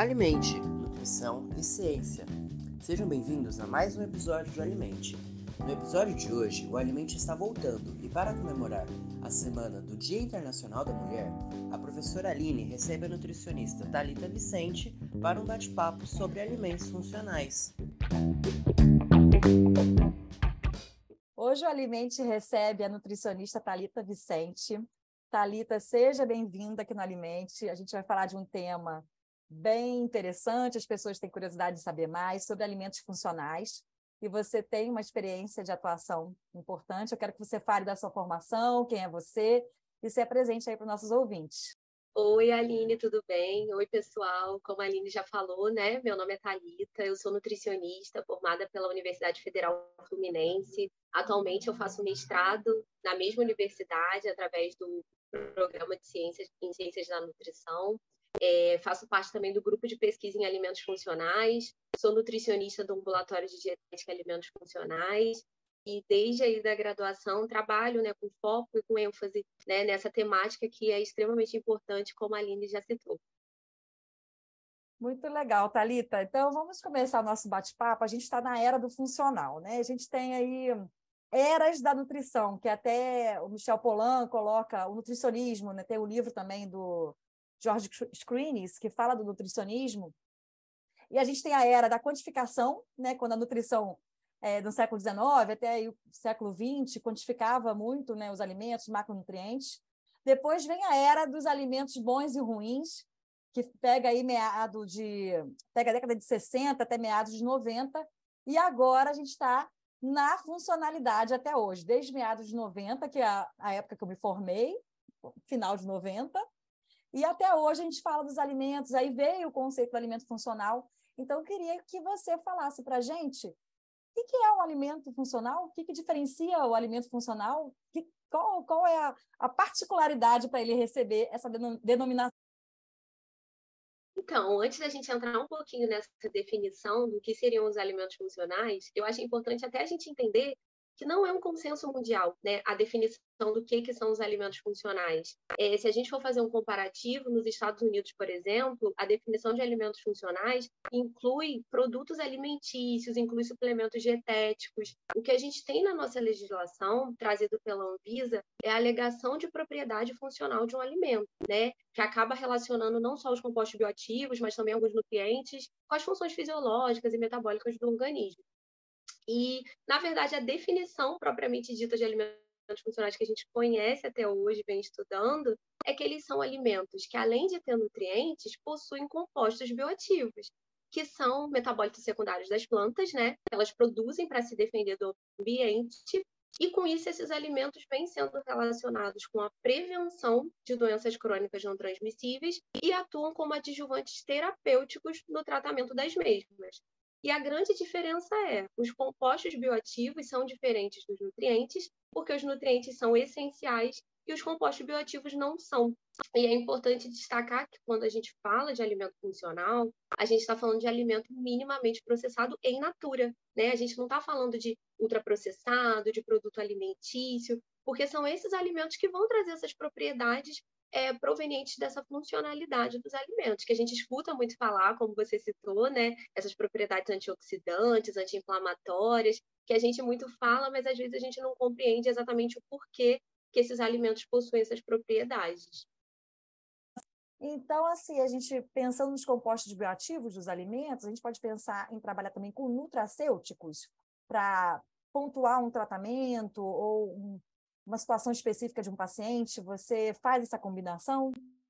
Alimente, Nutrição e Ciência. Sejam bem-vindos a mais um episódio do Alimente. No episódio de hoje, o Alimente está voltando e para comemorar a semana do Dia Internacional da Mulher, a professora Aline recebe a nutricionista Thalita Vicente para um bate-papo sobre alimentos funcionais. Hoje o Alimente recebe a nutricionista Thalita Vicente. Thalita, seja bem-vinda aqui no Alimente. A gente vai falar de um tema bem interessante, as pessoas têm curiosidade de saber mais sobre alimentos funcionais. E você tem uma experiência de atuação importante. Eu quero que você fale da sua formação, quem é você, e se apresente aí para os nossos ouvintes. Oi, Aline, tudo bem? Oi, pessoal. Como a Aline já falou, né? Meu nome é Thalita, eu sou nutricionista formada pela Universidade Federal Fluminense. Atualmente eu faço mestrado na mesma universidade através do programa de Ciências da Nutrição. Faço parte também do grupo de pesquisa em alimentos funcionais. Sou nutricionista do ambulatório de dietética e alimentos funcionais. E desde aí da graduação trabalho, né, com foco e com ênfase, né, nessa temática que é extremamente importante, como a Aline já citou. Muito legal, Thalita. Então, vamos começar o nosso bate-papo. A gente está na era do funcional, né? A gente tem aí eras da nutrição, que até o Michel Pollan coloca o nutricionismo, né? Tem o livro também do George Screenes, que fala do nutricionismo. E a gente tem a era da quantificação, né? Quando a nutrição no século XIX até aí o século XX, quantificava muito, né, os alimentos, macronutrientes. Depois vem a era dos alimentos bons e ruins, que pega aí pega a década de 60 até meados de 90, e agora a gente está na funcionalidade até hoje, desde meados de 90, que é a época que eu me formei, final de 90, e até hoje a gente fala dos alimentos, aí veio o conceito do alimento funcional. Então, eu queria que você falasse para a gente o que é um alimento funcional? O que diferencia o alimento funcional? Qual é a particularidade para ele receber essa denominação? Então, antes da gente entrar um pouquinho nessa definição do que seriam os alimentos funcionais, eu acho importante até a gente entender que não é um consenso mundial, né, a definição do que são os alimentos funcionais. Se a gente for fazer um comparativo, nos Estados Unidos, por exemplo, a definição de alimentos funcionais inclui produtos alimentícios, inclui suplementos dietéticos. O que a gente tem na nossa legislação, trazido pela Anvisa, é a alegação de propriedade funcional de um alimento, né, que acaba relacionando não só os compostos bioativos, mas também alguns nutrientes com as funções fisiológicas e metabólicas do organismo. E, na verdade, a definição propriamente dita de alimentos funcionais que a gente conhece até hoje, vem estudando, é que eles são alimentos que, além de ter nutrientes, possuem compostos bioativos, que são metabólitos secundários das plantas, né? Elas produzem para se defender do ambiente, e com isso esses alimentos vêm sendo relacionados com a prevenção de doenças crônicas não transmissíveis e atuam como adjuvantes terapêuticos no tratamento das mesmas. E a grande diferença é, os compostos bioativos são diferentes dos nutrientes, porque os nutrientes são essenciais e os compostos bioativos não são. E é importante destacar que quando a gente fala de alimento funcional, a gente está falando de alimento minimamente processado em natura, né? A gente não está falando de ultraprocessado, de produto alimentício, porque são esses alimentos que vão trazer essas propriedades provenientes dessa funcionalidade dos alimentos, que a gente escuta muito falar, como você citou, né? Essas propriedades antioxidantes, anti-inflamatórias, que a gente muito fala, mas às vezes a gente não compreende exatamente o porquê que esses alimentos possuem essas propriedades. Então, assim, a gente pensando nos compostos bioativos dos alimentos, a gente pode pensar em trabalhar também com nutracêuticos para pontuar um tratamento ou uma situação específica de um paciente. Você faz essa combinação?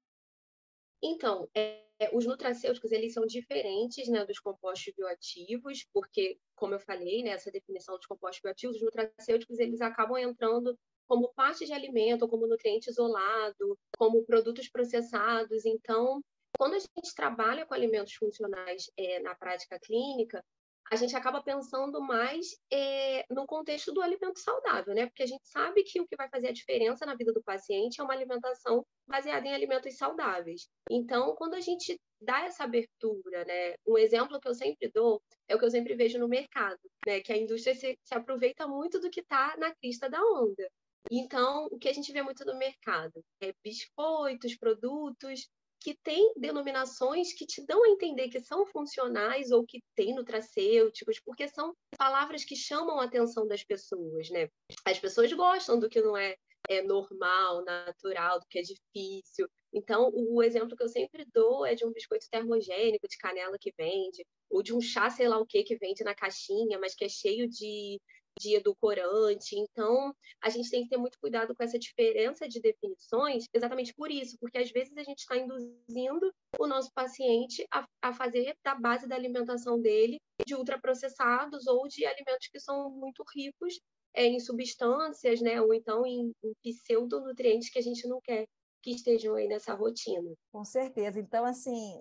Então, os nutracêuticos, eles são diferentes, né, dos compostos bioativos, porque, como eu falei, né, essa definição dos compostos bioativos, os nutracêuticos, eles acabam entrando como parte de alimento, ou como nutriente isolado, como produtos processados. Então, quando a gente trabalha com alimentos funcionais na prática clínica, a gente acaba pensando mais no contexto do alimento saudável, né? Porque a gente sabe que o que vai fazer a diferença na vida do paciente é uma alimentação baseada em alimentos saudáveis. Então, quando a gente dá essa abertura, né? Um exemplo que eu sempre dou é o que eu sempre vejo no mercado, né? Que a indústria se aproveita muito do que está na crista da onda. Então, o que a gente vê muito no mercado é biscoitos, produtos que tem denominações que te dão a entender que são funcionais ou que têm nutracêuticos, porque são palavras que chamam a atenção das pessoas, né? As pessoas gostam do que não é normal, natural, do que é difícil. Então, o exemplo que eu sempre dou é de um biscoito termogênico de canela que vende, ou de um chá, sei lá o que vende na caixinha, mas que é cheio de edulcorante. Então, a gente tem que ter muito cuidado com essa diferença de definições, exatamente por isso, porque às vezes a gente está induzindo o nosso paciente a fazer da base da alimentação dele de ultraprocessados ou de alimentos que são muito ricos em substâncias, né? Ou então em pseudonutrientes que a gente não quer que estejam aí nessa rotina. Com certeza. Então, assim,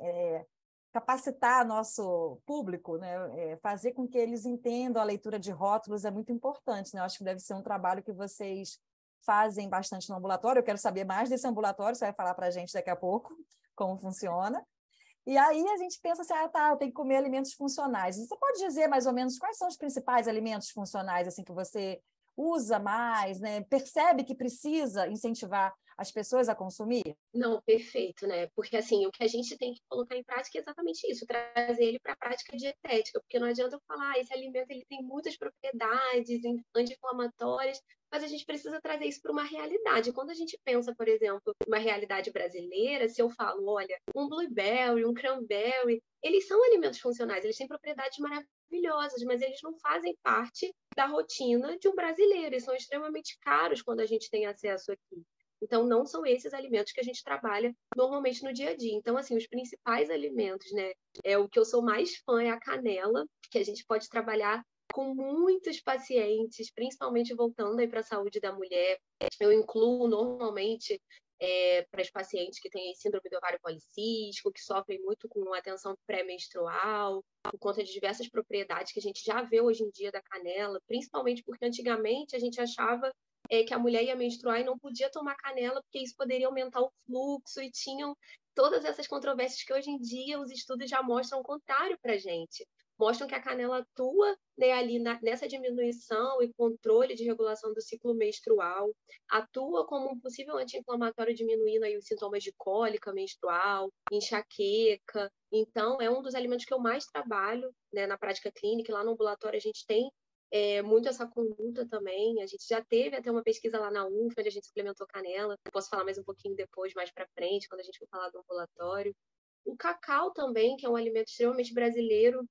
capacitar nosso público, né? Fazer com que eles entendam a leitura de rótulos é muito importante, né? Eu acho que deve ser um trabalho que vocês fazem bastante no ambulatório. Eu quero saber mais desse ambulatório, você vai falar para a gente daqui a pouco como funciona. E aí a gente pensa assim, eu tenho que comer alimentos funcionais. Você pode dizer mais ou menos quais são os principais alimentos funcionais assim que você usa mais, né? Percebe que precisa incentivar as pessoas a consumir? Não, perfeito, né? Porque assim, o que a gente tem que colocar em prática é exatamente isso, trazer ele para a prática dietética, porque não adianta eu falar, esse alimento ele tem muitas propriedades anti-inflamatórias, mas a gente precisa trazer isso para uma realidade. Quando a gente pensa, por exemplo, uma realidade brasileira, se eu falo, olha, um blueberry, um cranberry, eles são alimentos funcionais, eles têm propriedades maravilhosas, mas eles não fazem parte da rotina de um brasileiro, eles são extremamente caros quando a gente tem acesso aqui. Então, não são esses alimentos que a gente trabalha normalmente no dia a dia. Então, assim, os principais alimentos, né? O que eu sou mais fã é a canela, que a gente pode trabalhar com muitos pacientes, principalmente voltando aí para a saúde da mulher. Eu incluo normalmente para os pacientes que têm síndrome do ovário policístico, que sofrem muito com a tensão pré-menstrual, por conta de diversas propriedades que a gente já vê hoje em dia da canela, principalmente porque antigamente a gente achava que a mulher ia menstruar e não podia tomar canela porque isso poderia aumentar o fluxo e tinham todas essas controvérsias que hoje em dia os estudos já mostram o contrário para a gente. Mostram que a canela atua, né, ali nessa diminuição e controle de regulação do ciclo menstrual, atua como um possível anti-inflamatório diminuindo aí os sintomas de cólica menstrual, enxaqueca. Então, é um dos alimentos que eu mais trabalho, né, na prática clínica. Lá no ambulatório a gente tem muito essa conduta também. A gente já teve até uma pesquisa lá na UF, onde a gente suplementou canela. Posso falar mais um pouquinho depois, mais para frente, quando a gente for falar do ambulatório. O cacau também, que é um alimento extremamente brasileiro,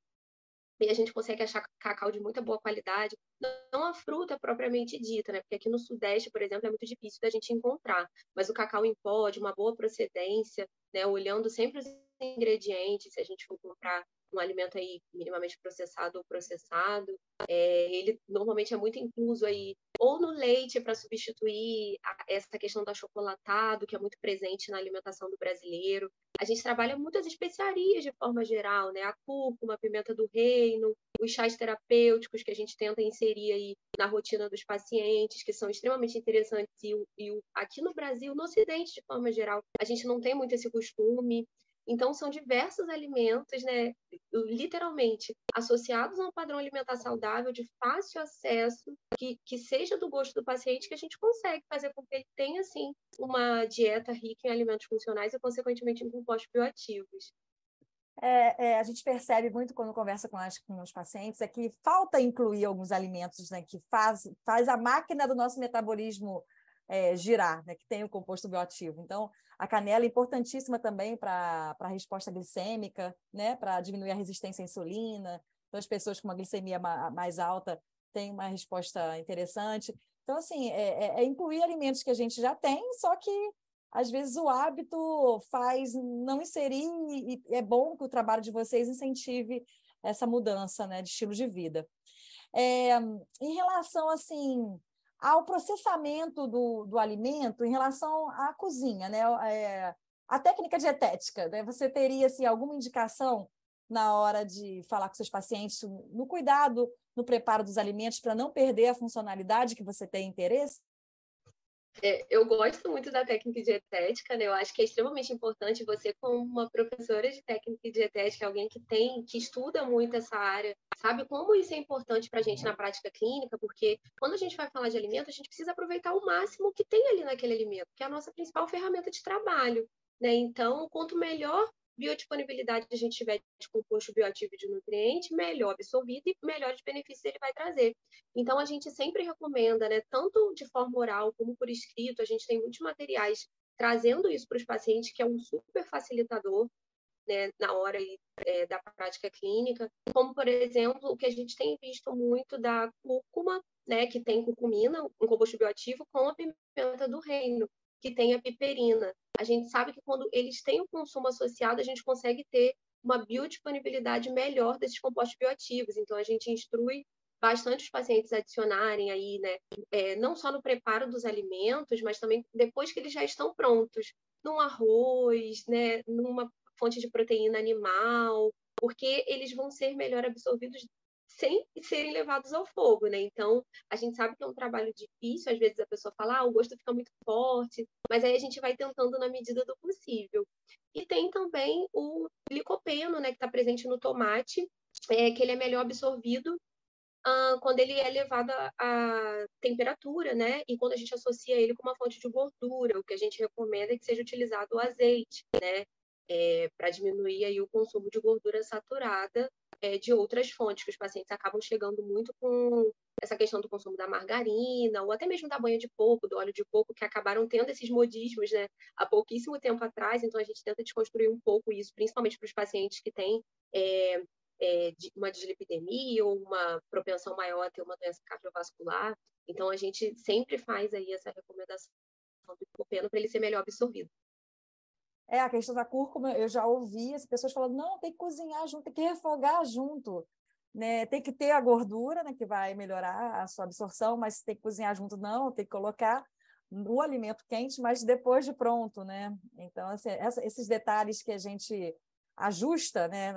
e a gente consegue achar cacau de muita boa qualidade. Não a fruta propriamente dita, né? Porque aqui no Sudeste, por exemplo, é muito difícil da gente encontrar. Mas o cacau em pó, de uma boa procedência, né? Olhando sempre os ingredientes, se a gente for comprar um alimento aí minimamente processado ou processado, ele normalmente é muito incluso aí ou no leite para substituir essa questão do achocolatado, que é muito presente na alimentação do brasileiro. A gente trabalha muitas especiarias de forma geral, né? A cúrcuma, a pimenta do reino, os chás terapêuticos que a gente tenta inserir aí na rotina dos pacientes, que são extremamente interessantes. Aqui no Brasil, no Ocidente, de forma geral, a gente não tem muito esse costume. Então, são diversos alimentos, né, literalmente associados a um padrão alimentar saudável, de fácil acesso, que seja do gosto do paciente, que a gente consegue fazer com que ele tenha, assim, uma dieta rica em alimentos funcionais e, consequentemente, em compostos bioativos. A gente percebe muito quando conversa com os pacientes que falta incluir alguns alimentos, né, que faz a máquina do nosso metabolismo girar, né, que tem o composto bioativo. Então, a canela é importantíssima também para a resposta glicêmica, né, para diminuir a resistência à insulina. Então, as pessoas com uma glicemia mais alta têm uma resposta interessante. Então, assim, incluir alimentos que a gente já tem, só que às vezes o hábito faz não inserir, e é bom que o trabalho de vocês incentive essa mudança, né, de estilo de vida. Em relação, assim, ao processamento do alimento, em relação à cozinha, né, a técnica dietética, né, você teria assim, alguma indicação na hora de falar com seus pacientes no cuidado, no preparo dos alimentos, para não perder a funcionalidade que você tem interesse? Eu gosto muito da técnica dietética, né? Eu acho que é extremamente importante você, como uma professora de técnica dietética, alguém que estuda muito essa área, sabe como isso é importante para a gente na prática clínica, porque quando a gente vai falar de alimento, a gente precisa aproveitar o máximo que tem ali naquele alimento, que é a nossa principal ferramenta de trabalho. né? Então, quanto melhor biodisponibilidade a gente tiver de composto bioativo e de nutriente, melhor absorvido e melhores benefícios ele vai trazer. Então, a gente sempre recomenda, né, tanto de forma oral como por escrito, a gente tem muitos materiais trazendo isso para os pacientes, que é um super facilitador, né, na hora da prática clínica, como, por exemplo, o que a gente tem visto muito da cúrcuma, né, que tem curcumina, um composto bioativo, com a pimenta do reino, que tem a piperina. A gente sabe que quando eles têm o consumo associado, a gente consegue ter uma biodisponibilidade melhor desses compostos bioativos. Então, a gente instrui bastante os pacientes a adicionarem aí, né, não só no preparo dos alimentos, mas também depois que eles já estão prontos, num arroz, né, numa fonte de proteína animal, porque eles vão ser melhor absorvidos sem serem levados ao fogo, né? Então, a gente sabe que é um trabalho difícil, às vezes a pessoa fala, o gosto fica muito forte, mas aí a gente vai tentando na medida do possível. E tem também o licopeno, né, que está presente no tomate, que ele é melhor absorvido quando ele é levado à temperatura, né? E quando a gente associa ele com uma fonte de gordura, o que a gente recomenda é que seja utilizado o azeite, né? Para diminuir aí o consumo de gordura saturada de outras fontes, que os pacientes acabam chegando muito com essa questão do consumo da margarina, ou até mesmo da banha de coco, do óleo de coco, que acabaram tendo esses modismos, né? Há pouquíssimo tempo atrás, então a gente tenta desconstruir um pouco isso, principalmente para os pacientes que têm uma dislipidemia ou uma propensão maior a ter uma doença cardiovascular. Então, a gente sempre faz aí essa recomendação do licopeno para ele ser melhor absorvido. A questão da cúrcuma, eu já ouvi as pessoas falando, não, tem que cozinhar junto, tem que refogar junto, né? Tem que ter a gordura, né, que vai melhorar a sua absorção, mas tem que cozinhar junto, não, tem que colocar no alimento quente, mas depois de pronto, né? Então, assim, esses detalhes que a gente ajusta, né,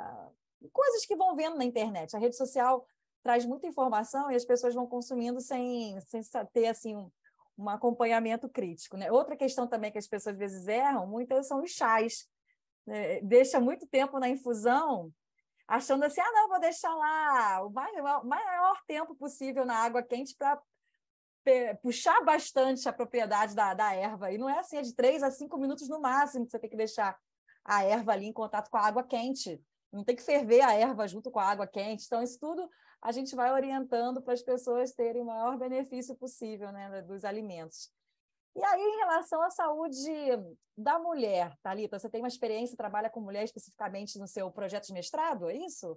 coisas que vão vendo na internet. A rede social traz muita informação e as pessoas vão consumindo sem ter, assim, um acompanhamento crítico, né? Outra questão também que as pessoas às vezes erram muito são os chás, né? Deixa muito tempo na infusão, achando assim, não, vou deixar lá o maior tempo possível na água quente para puxar bastante a propriedade da erva. E não é assim, é de 3 a 5 minutos no máximo que você tem que deixar a erva ali em contato com a água quente. Não tem que ferver a erva junto com a água quente. Então, isso tudo a gente vai orientando para as pessoas terem o maior benefício possível, né, dos alimentos. E aí, em relação à saúde da mulher, Thalita, você tem uma experiência, trabalha com mulher especificamente no seu projeto de mestrado, é isso?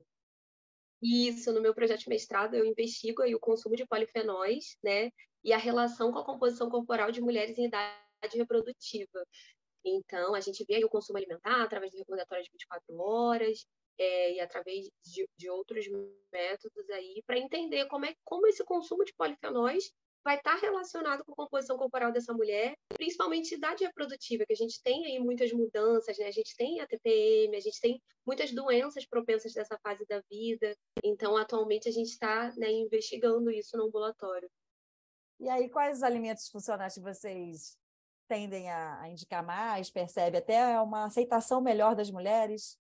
Isso, no meu projeto de mestrado, eu investigo aí o consumo de polifenóis, né, e a relação com a composição corporal de mulheres em idade reprodutiva. Então, a gente vê aí o consumo alimentar através do recordatório de 24 horas, e através de outros métodos aí, para entender como esse consumo de polifenóis vai estar relacionado com a composição corporal dessa mulher, principalmente idade reprodutiva, que a gente tem aí muitas mudanças, né? A gente tem a TPM, a gente tem muitas doenças propensas dessa fase da vida. Então, atualmente, a gente está, né, investigando isso no ambulatório. E aí, quais os alimentos funcionais que vocês tendem a indicar mais? Percebe até uma aceitação melhor das mulheres?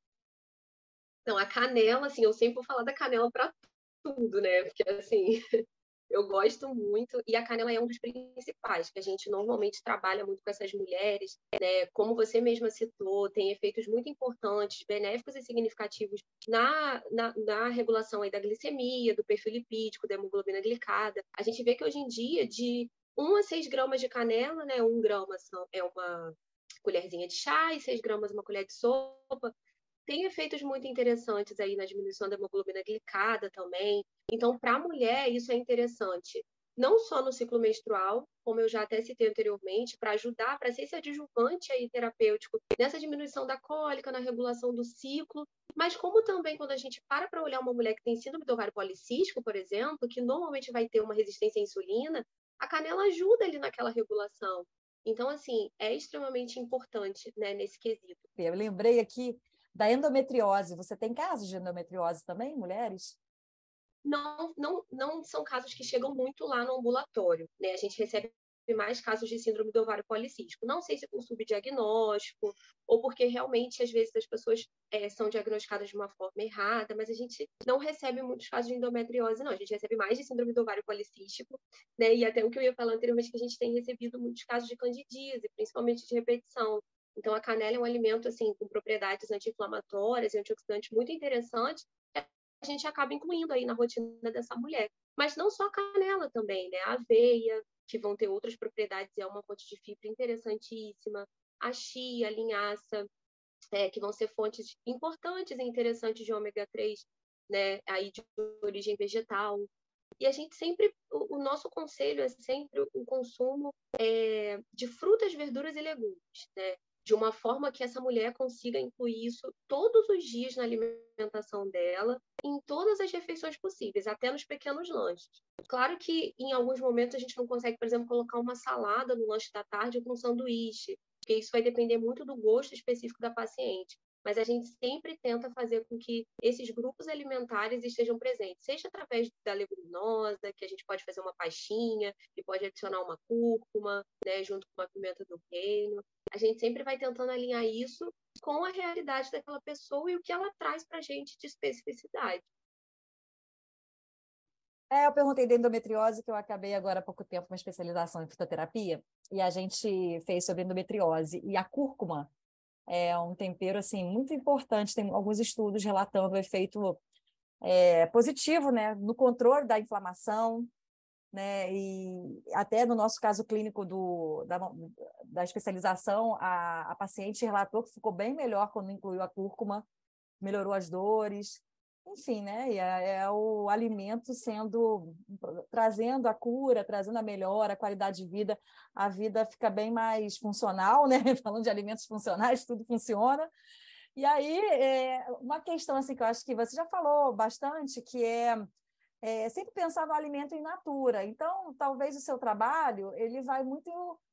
Não, a canela, assim, eu sempre vou falar da canela para tudo, né? Porque, assim, eu gosto muito, e a canela é um dos principais, que a gente normalmente trabalha muito com essas mulheres, né? Como você mesma citou, tem efeitos muito importantes, benéficos e significativos na regulação aí da glicemia, do perfil lipídico, da hemoglobina glicada. A gente vê que hoje em dia, de 1 a 6 gramas de canela, né? 1 grama é uma colherzinha de chá e 6 gramas uma colher de sopa, tem efeitos muito interessantes aí na diminuição da hemoglobina glicada também. Então, para a mulher, isso é interessante. Não só no ciclo menstrual, como eu já até citei anteriormente, para ajudar, para ser esse adjuvante aí terapêutico nessa diminuição da cólica, na regulação do ciclo, mas como também quando a gente para olhar uma mulher que tem síndrome do ovário policístico, por exemplo, que normalmente vai ter uma resistência à insulina, a canela ajuda ali naquela regulação. Então, assim, é extremamente importante, né, nesse quesito. Eu lembrei aqui da endometriose. Você tem casos de endometriose também, mulheres? Não são casos que chegam muito lá no ambulatório, né? A gente recebe mais casos de síndrome do ovário policístico. Não sei se por subdiagnóstico ou porque realmente, às vezes, as pessoas são diagnosticadas de uma forma errada, mas a gente não recebe muitos casos de endometriose, não. A gente recebe mais de síndrome do ovário policístico, né? E até o que eu ia falar anteriormente, que a gente tem recebido muitos casos de candidíase, principalmente de repetição. Então, a canela é um alimento, assim, com propriedades anti-inflamatórias e antioxidantes muito interessantes, que a gente acaba incluindo aí na rotina dessa mulher. Mas não só a canela também, né? A aveia, que vão ter outras propriedades, é uma fonte de fibra interessantíssima. A chia, a linhaça, que vão ser fontes importantes e interessantes de ômega 3, né? Aí de origem vegetal. E a gente sempre, o nosso conselho é sempre o consumo de frutas, verduras e legumes, né? De uma forma que essa mulher consiga incluir isso todos os dias na alimentação dela, em todas as refeições possíveis, até nos pequenos lanches. Claro que em alguns momentos a gente não consegue, por exemplo, colocar uma salada no lanche da tarde ou com um sanduíche, porque isso vai depender muito do gosto específico da paciente. Mas a gente sempre tenta fazer com que esses grupos alimentares estejam presentes, seja através da leguminosa, que a gente pode fazer uma pastinha e pode adicionar uma cúrcuma, né, junto com uma pimenta do reino. A gente sempre vai tentando alinhar isso com a realidade daquela pessoa e o que ela traz para a gente de especificidade. Eu perguntei da endometriose, que eu acabei agora há pouco tempo uma especialização em fitoterapia, e a gente fez sobre endometriose. E a cúrcuma é um tempero assim, muito importante, tem alguns estudos relatando o efeito positivo, né, no controle da inflamação, né, e até no nosso caso clínico da especialização, a paciente relatou que ficou bem melhor quando incluiu a cúrcuma, melhorou as dores, enfim, né, e é o alimento trazendo a cura, trazendo a melhora, a qualidade de vida, a vida fica bem mais funcional, né, falando de alimentos funcionais, tudo funciona. E aí, uma questão assim, que eu acho que você já falou bastante, que é sempre pensar no alimento in natura. Então, talvez o seu trabalho ele vai muito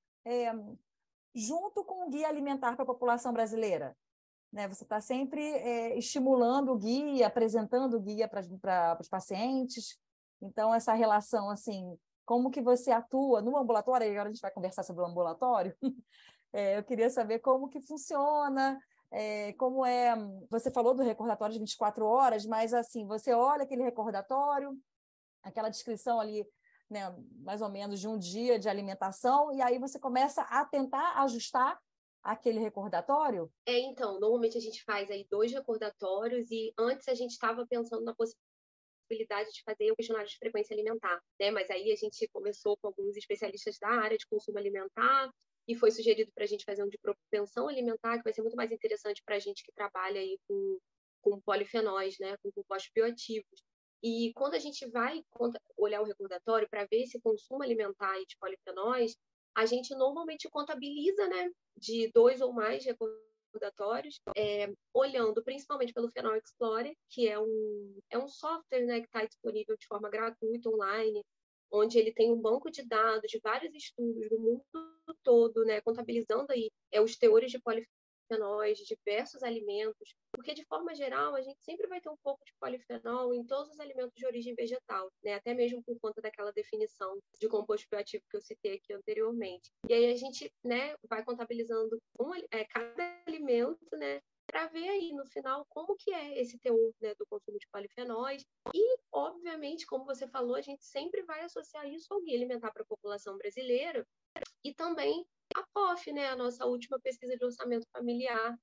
junto com o guia alimentar para a população brasileira. Né? Você está sempre estimulando o guia, apresentando o guia para os pacientes. Então, essa relação, assim, como que você atua no ambulatório, e agora a gente vai conversar sobre o ambulatório, eu queria saber como que funciona, como é... Você falou do recordatório de 24 horas, mas, assim, você olha aquele recordatório, aquela descrição ali, né, mais ou menos de um dia de alimentação, e aí você começa a tentar ajustar aquele recordatório? Então, normalmente a gente faz aí 2 recordatórios e antes a gente estava pensando na possibilidade de fazer o questionário de frequência alimentar, né? Mas aí a gente conversou com alguns especialistas da área de consumo alimentar e foi sugerido para a gente fazer um de propensão alimentar, que vai ser muito mais interessante para a gente que trabalha aí com polifenóis, né? Com compostos bioativos. E quando a gente vai olhar o recordatório para ver esse consumo alimentar de polifenóis, a gente normalmente contabiliza, né, de 2 ou mais recordatórios, olhando principalmente pelo Phenol Explorer, que é um software, né, que está disponível de forma gratuita online, onde ele tem um banco de dados de vários estudos do mundo todo, né, contabilizando aí os teores de polifenóis de diversos alimentos, porque de forma geral a gente sempre vai ter um pouco de polifenol em todos os alimentos de origem vegetal, né? Até mesmo por conta daquela definição de composto bioativo que eu citei aqui anteriormente. E aí a gente, né, vai contabilizando cada alimento, né, para ver aí no final como que é esse teor, né, do consumo de polifenóis e, obviamente, como você falou, a gente sempre vai associar isso ao guia alimentar para a população brasileira e também a POF, né, a nossa última pesquisa de orçamento familiar,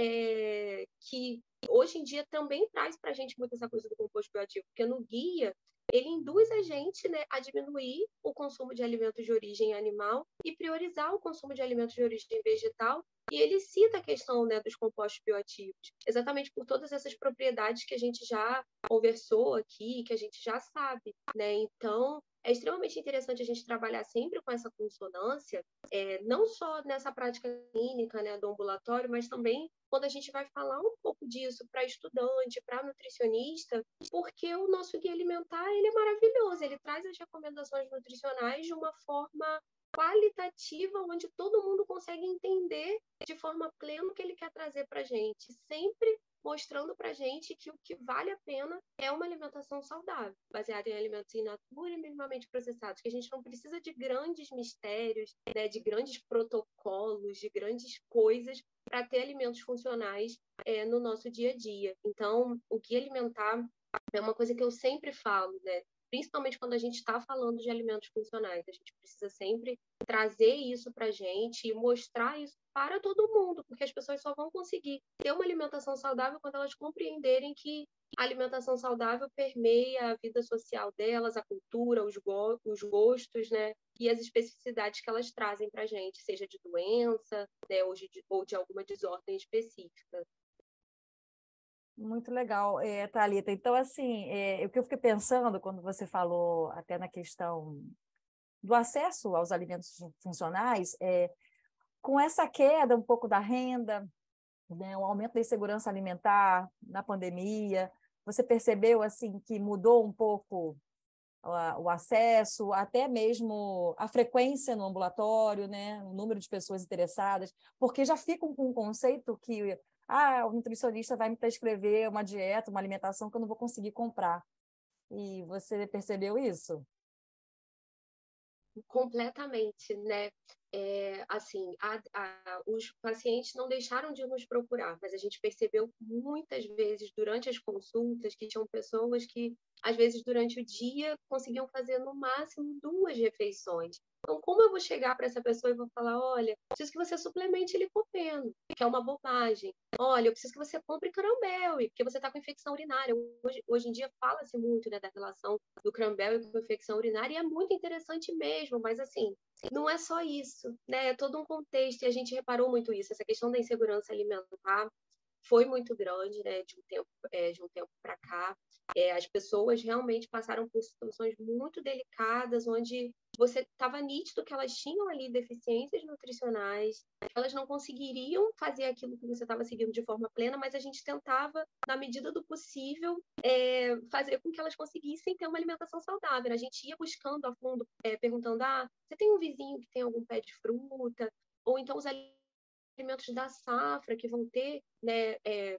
que hoje em dia também traz para a gente muito essa coisa do composto bioativo, porque no guia ele induz a gente, né, a diminuir o consumo de alimentos de origem animal e priorizar o consumo de alimentos de origem vegetal. E ele cita a questão, né, dos compostos bioativos, exatamente por todas essas propriedades que a gente já conversou aqui, que a gente já sabe, né? Então, é extremamente interessante a gente trabalhar sempre com essa consonância, não só nessa prática clínica, né, do ambulatório, mas também quando a gente vai falar um pouco disso para estudante, para nutricionista, porque o nosso guia alimentar ele é maravilhoso, ele traz as recomendações nutricionais de uma forma qualitativa, onde todo mundo consegue entender de forma plena o que ele quer trazer para a gente, sempre mostrando para a gente que o que vale a pena é uma alimentação saudável, baseada em alimentos in natura e minimamente processados, que a gente não precisa de grandes mistérios, né, de grandes protocolos, de grandes coisas para ter alimentos funcionais no nosso dia a dia. Então, o guia alimentar é uma coisa que eu sempre falo, né? principalmente quando a gente está falando de alimentos funcionais. A gente precisa sempre trazer isso para a gente e mostrar isso para todo mundo, porque as pessoas só vão conseguir ter uma alimentação saudável quando elas compreenderem que a alimentação saudável permeia a vida social delas, a cultura, os gostos, né? E as especificidades que elas trazem para a gente, seja de doença, né? Ou de alguma desordem específica. Muito legal, Thalita. Então, assim, o que eu fiquei pensando quando você falou até na questão do acesso aos alimentos funcionais, com essa queda um pouco da renda, né, o aumento da insegurança alimentar na pandemia, você percebeu assim que mudou um pouco o acesso, até mesmo a frequência no ambulatório, né, o número de pessoas interessadas, porque já ficam com um conceito que o nutricionista vai me prescrever uma dieta, uma alimentação que eu não vou conseguir comprar. E você percebeu isso? Completamente, né? Assim, os pacientes não deixaram de nos procurar, mas a gente percebeu muitas vezes durante as consultas que tinham pessoas que, às vezes, durante o dia, conseguiam fazer no máximo 2 refeições. Então, como eu vou chegar para essa pessoa e vou falar, olha, preciso que você suplemente licopeno, que é uma bobagem. Olha, eu preciso que você compre cranberry, porque você está com infecção urinária. Hoje em dia fala-se muito, né, da relação do cranberry com infecção urinária, e é muito interessante mesmo, mas assim, não é só isso, né? É todo um contexto, e a gente reparou muito isso. Essa questão da insegurança alimentar foi muito grande, né? De um tempo para cá. As pessoas realmente passaram por situações muito delicadas, onde você estava nítido que elas tinham ali deficiências nutricionais, elas não conseguiriam fazer aquilo que você estava seguindo de forma plena, mas a gente tentava, na medida do possível, fazer com que elas conseguissem ter uma alimentação saudável. A gente ia buscando a fundo, perguntando: você tem um vizinho que tem algum pé de fruta? Ou então os alimentos da safra que vão ter, né,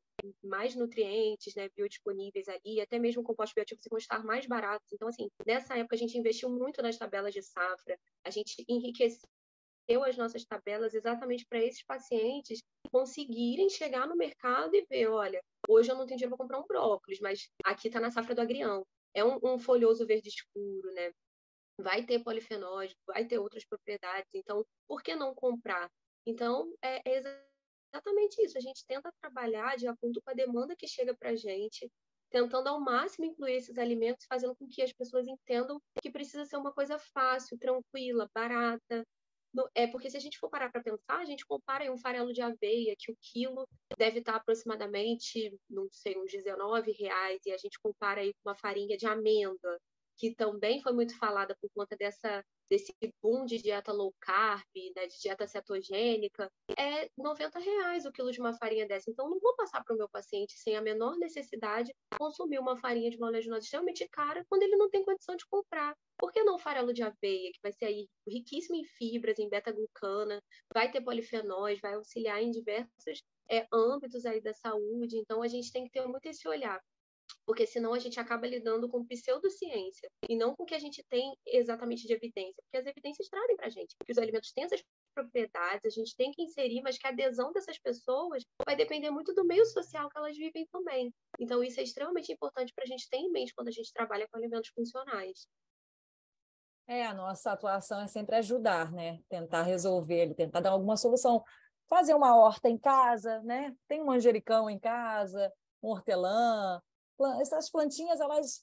mais nutrientes, né, biodisponíveis ali, até mesmo compostos bioativos vão estar mais baratos. Então, assim, nessa época a gente investiu muito nas tabelas de safra, a gente enriqueceu as nossas tabelas exatamente para esses pacientes conseguirem chegar no mercado e ver, olha, hoje eu não tenho dinheiro para comprar um brócolis, mas aqui está na safra do agrião. É um folhoso verde escuro, né? Vai ter polifenóis, vai ter outras propriedades, então por que não comprar? Então, é exatamente isso. A gente tenta trabalhar de acordo com a demanda que chega para a gente, tentando ao máximo incluir esses alimentos, fazendo com que as pessoas entendam que precisa ser uma coisa fácil, tranquila, barata. Porque se a gente for parar para pensar, a gente compara aí um farelo de aveia, que o quilo deve estar aproximadamente, não sei, uns R$ 19, e a gente compara aí com uma farinha de amêndoa, que também foi muito falada por conta desse boom de dieta low carb, né, de dieta cetogênica, é R$ 90 o quilo de uma farinha dessa. Então, não vou passar para o meu paciente sem a menor necessidade consumir uma farinha de uma oleaginosa extremamente cara quando ele não tem condição de comprar. Por que não farelo de aveia, que vai ser aí riquíssimo em fibras, em beta-glucana, vai ter polifenóis, vai auxiliar em diversos âmbitos aí da saúde. Então, a gente tem que ter muito esse olhar, porque senão a gente acaba lidando com pseudociência e não com o que a gente tem exatamente de evidência, porque as evidências trazem para a gente que os alimentos têm essas propriedades, a gente tem que inserir, mas que a adesão dessas pessoas vai depender muito do meio social que elas vivem também. Então, isso é extremamente importante para a gente ter em mente quando a gente trabalha com alimentos funcionais. A nossa atuação é sempre ajudar, né? Tentar resolver, tentar dar alguma solução. Fazer uma horta em casa, né? Tem um manjericão em casa, um hortelã. Essas plantinhas,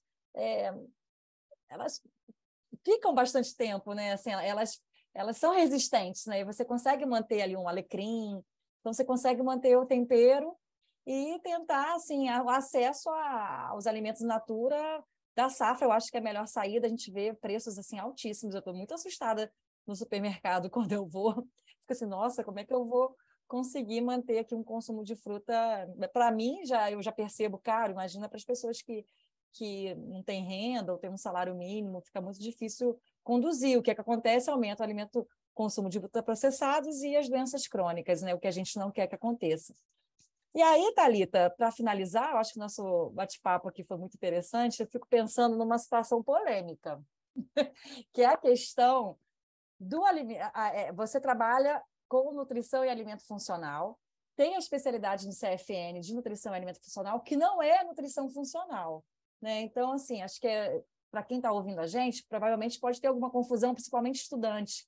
elas ficam bastante tempo, né? Assim, elas são resistentes, né? E você consegue manter ali um alecrim, então você consegue manter o tempero e tentar, assim, o acesso aos alimentos natura da safra. Eu acho que é a melhor saída. A gente vê preços assim altíssimos. Eu estou muito assustada no supermercado quando eu vou. Fico assim, nossa, como é que eu vou conseguir manter aqui um consumo de fruta? Para mim, eu já percebo caro. Imagina para as pessoas que não têm renda ou têm um salário mínimo, fica muito difícil conduzir. O que é que acontece? Aumenta o consumo de ultraprocessados e as doenças crônicas, né? O que a gente não quer que aconteça. E aí, Thalita, para finalizar, eu acho que o nosso bate-papo aqui foi muito interessante. Eu fico pensando numa situação polêmica, que é a questão do alimento. Você trabalha com nutrição e alimento funcional, tem a especialidade no CFN de nutrição e alimento funcional, que não é nutrição funcional, né? Então, assim, acho que para quem está ouvindo a gente, provavelmente pode ter alguma confusão, principalmente estudante,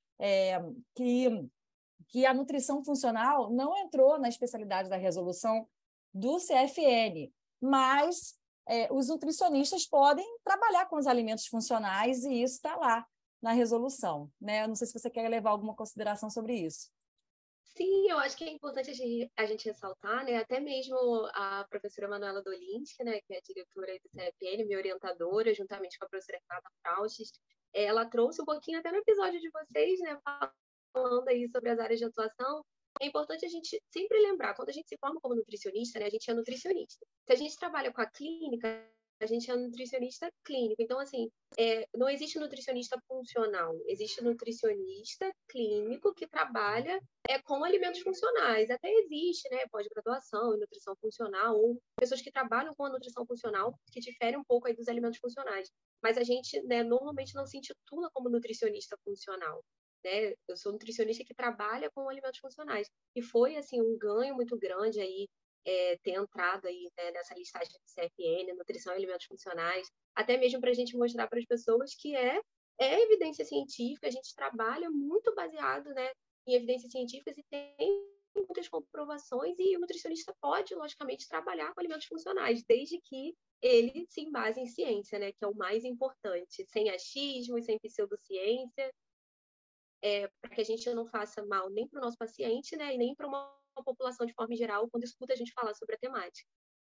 que a nutrição funcional não entrou na especialidade da resolução do CFN, mas os nutricionistas podem trabalhar com os alimentos funcionais e isso está lá na resolução, né? Eu não sei se você quer levar alguma consideração sobre isso. Sim, eu acho que é importante a gente ressaltar, né? Até mesmo a professora Manuela Dolinski, né, que é a diretora do CFN, minha orientadora, juntamente com a professora Renata Praustes, ela trouxe um pouquinho até no episódio de vocês, né, falando aí sobre as áreas de atuação. É importante a gente sempre lembrar, quando a gente se forma como nutricionista, né, a gente é nutricionista. Se a gente trabalha com a clínica, a gente é nutricionista clínico. Então, assim, não existe nutricionista funcional, existe nutricionista clínico que trabalha com alimentos funcionais. Até existe, né, pós-graduação em nutrição funcional, ou pessoas que trabalham com a nutrição funcional, que diferem um pouco aí dos alimentos funcionais. Mas a gente, né, normalmente não se intitula como nutricionista funcional. Né? Eu sou nutricionista que trabalha com alimentos funcionais. E foi, assim, um ganho muito grande aí ter entrado aí, né, nessa listagem do CFN, nutrição e alimentos funcionais, até mesmo para a gente mostrar para as pessoas que é evidência científica, a gente trabalha muito baseado, né, em evidências científicas e tem muitas comprovações e o nutricionista pode, logicamente, trabalhar com alimentos funcionais, desde que ele se embase em ciência, né, que é o mais importante, sem achismo e sem pseudociência, para que a gente não faça mal nem para o nosso paciente, né, e nem para uma população de forma geral, quando escuta a gente falar sobre a temática.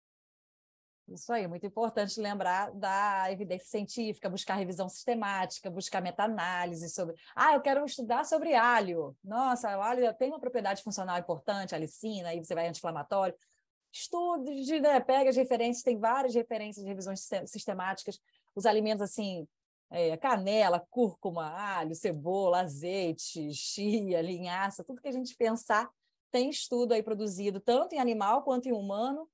Isso aí, muito importante lembrar da evidência científica, buscar revisão sistemática, buscar meta-análise sobre... eu quero estudar sobre alho. Nossa, o alho tem uma propriedade funcional importante, a alicina, aí você vai anti-inflamatório. Estude, né, pega as referências, tem várias referências de revisões sistemáticas, os alimentos assim, canela, cúrcuma, alho, cebola, azeite, chia, linhaça, tudo que a gente pensar tem estudo aí produzido, tanto em animal quanto em humano.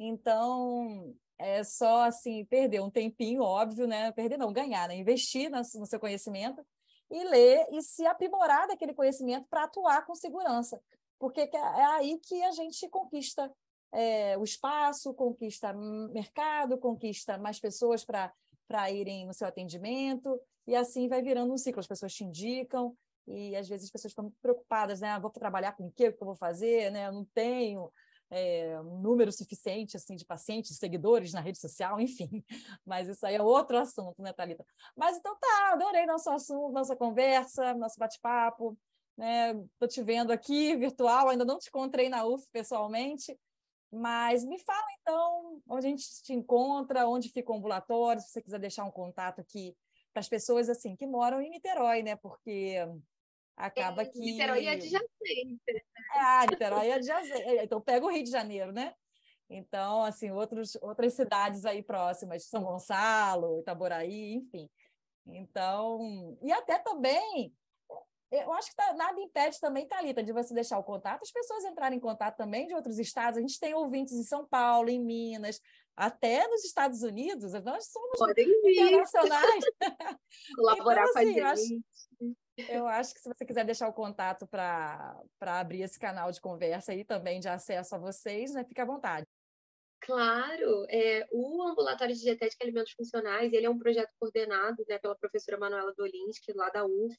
Então, é só assim, perder um tempinho, óbvio, né? Perder não, ganhar, né? Investir no seu conhecimento e ler e se aprimorar daquele conhecimento para atuar com segurança. Porque é aí que a gente conquista o espaço, conquista mercado, conquista mais pessoas para irem no seu atendimento, e assim vai virando um ciclo. As pessoas te indicam, e às vezes as pessoas ficam preocupadas, né? Vou trabalhar com o que eu vou fazer, né? Eu não tenho um número suficiente assim, de pacientes, de seguidores na rede social, enfim. Mas isso aí é outro assunto, né, Thalita? Mas então tá, adorei nosso assunto, nossa conversa, nosso bate-papo. Estou te vendo aqui, virtual, ainda não te encontrei na UF pessoalmente, mas me fala então onde a gente te encontra, onde fica o ambulatório, se você quiser deixar um contato aqui para as pessoas assim que moram em Niterói, né? Porque acaba que... Niterói é adjacente. Niterói é adjacente. Então pega o Rio de Janeiro, né? Então, assim, outras cidades aí próximas, São Gonçalo, Itaboraí, enfim. Então, e até também, eu acho que nada impede também, Thalita, de você deixar o contato, as pessoas entrarem em contato também de outros estados. A gente tem ouvintes em São Paulo, em Minas, até nos Estados Unidos, nós somos internacionais. Colaborar então, assim, com a gente. Eu acho que se você quiser deixar o contato para abrir esse canal de conversa aí também de acesso a vocês, né, fica à vontade. Claro, o Ambulatório de Dietética e Alimentos Funcionais, ele é um projeto coordenado, né, pela professora Manuela Dolinski, lá da UF,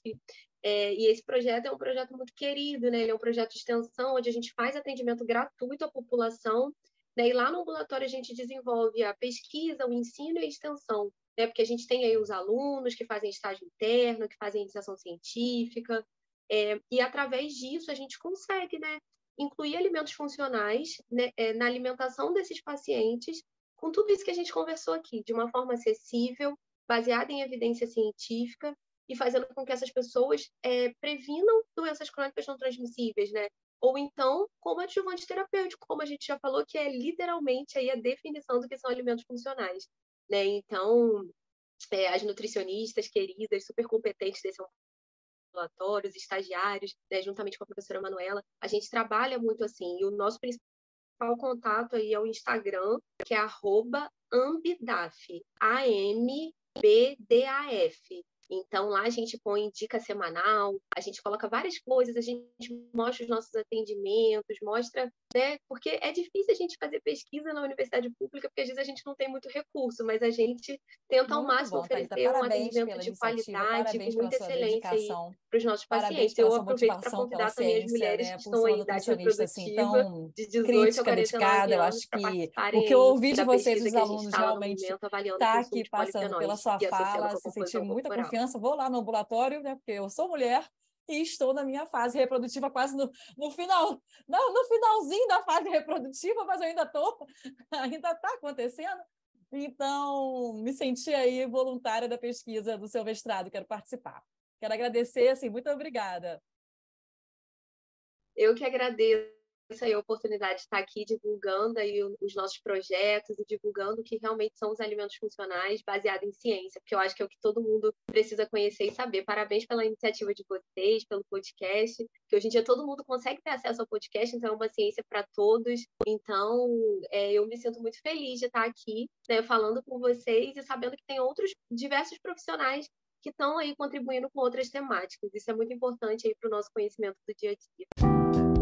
e esse projeto é um projeto muito querido, né, ele é um projeto de extensão, onde a gente faz atendimento gratuito à população, né, e lá no ambulatório a gente desenvolve a pesquisa, o ensino e a extensão, né, porque a gente tem aí os alunos que fazem estágio interno, que fazem iniciação científica, e através disso a gente consegue, né, incluir alimentos funcionais, né, na alimentação desses pacientes, com tudo isso que a gente conversou aqui, de uma forma acessível, baseada em evidência científica e fazendo com que essas pessoas previnam doenças crônicas não transmissíveis, né? Ou então, como adjuvante terapêutico, como a gente já falou, que é literalmente aí a definição do que são alimentos funcionais, né? Então, as nutricionistas queridas, super competentes desse ambulatórios, estagiários, né, juntamente com a professora Manuela, a gente trabalha muito assim, e o nosso principal contato aí é o Instagram, que é @ambidaf, AMBDAF. Então, lá a gente põe dica semanal, a gente coloca várias coisas, a gente mostra os nossos atendimentos, mostra, né? Porque é difícil a gente fazer pesquisa na universidade pública, porque às vezes a gente não tem muito recurso, mas a gente tenta ao Muito máximo bom, Thalita. oferecer um Parabéns atendimento pela de iniciativa, qualidade, com parabéns pela muita sua excelência aí dedicação, para os nossos parabéns pacientes. pela Eu sua aproveito para motivação pela convidar também as ciência, mulheres né, que por estão ser uma aí em idade nutricionista assim reprodutiva, tão de 18 a crítica, 49 dedicada. Eu anos, acho para que participarem o que eu aí ouvi de da vocês, pesquisa dos que a gente alunos, está lá no realmente momento avaliando o está consumo aqui de passando pela polifenóis sua e associando fala, com a se sentir composição muita corporal. confiança. Vou lá no ambulatório, né, porque eu sou mulher e estou na minha fase reprodutiva quase no final, não, no finalzinho da fase reprodutiva, mas eu ainda estou, ainda está acontecendo. Então, me senti aí voluntária da pesquisa do seu mestrado, quero participar. Quero agradecer, assim, muito obrigada. Eu que agradeço aí a oportunidade de estar aqui divulgando aí os nossos projetos e divulgando o que realmente são os alimentos funcionais baseados em ciência, porque eu acho que é o que todo mundo precisa conhecer e saber. Parabéns pela iniciativa de vocês, pelo podcast, que hoje em dia todo mundo consegue ter acesso ao podcast, então é uma ciência para todos. Então, eu me sinto muito feliz de estar aqui, né, falando com vocês e sabendo que tem outros diversos profissionais que estão aí contribuindo com outras temáticas. Isso é muito importante aí para o nosso conhecimento do dia a dia.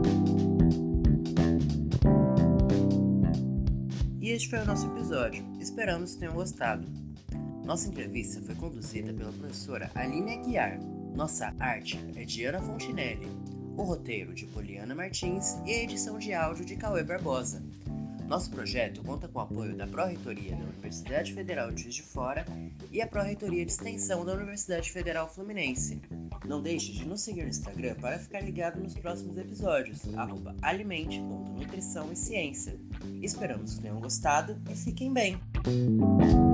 E este foi o nosso episódio. Esperamos que tenham gostado. Nossa entrevista foi conduzida pela professora Aline Aguiar. Nossa arte é de Ana Fontinelli. O roteiro de Poliana Martins e a edição de áudio de Cauê Barbosa. Nosso projeto conta com o apoio da Pró-Reitoria da Universidade Federal de Juiz de Fora e a Pró-Reitoria de Extensão da Universidade Federal Fluminense. Não deixe de nos seguir no Instagram para ficar ligado nos próximos episódios, @alimente.nutrição e ciência. Esperamos que tenham gostado e fiquem bem!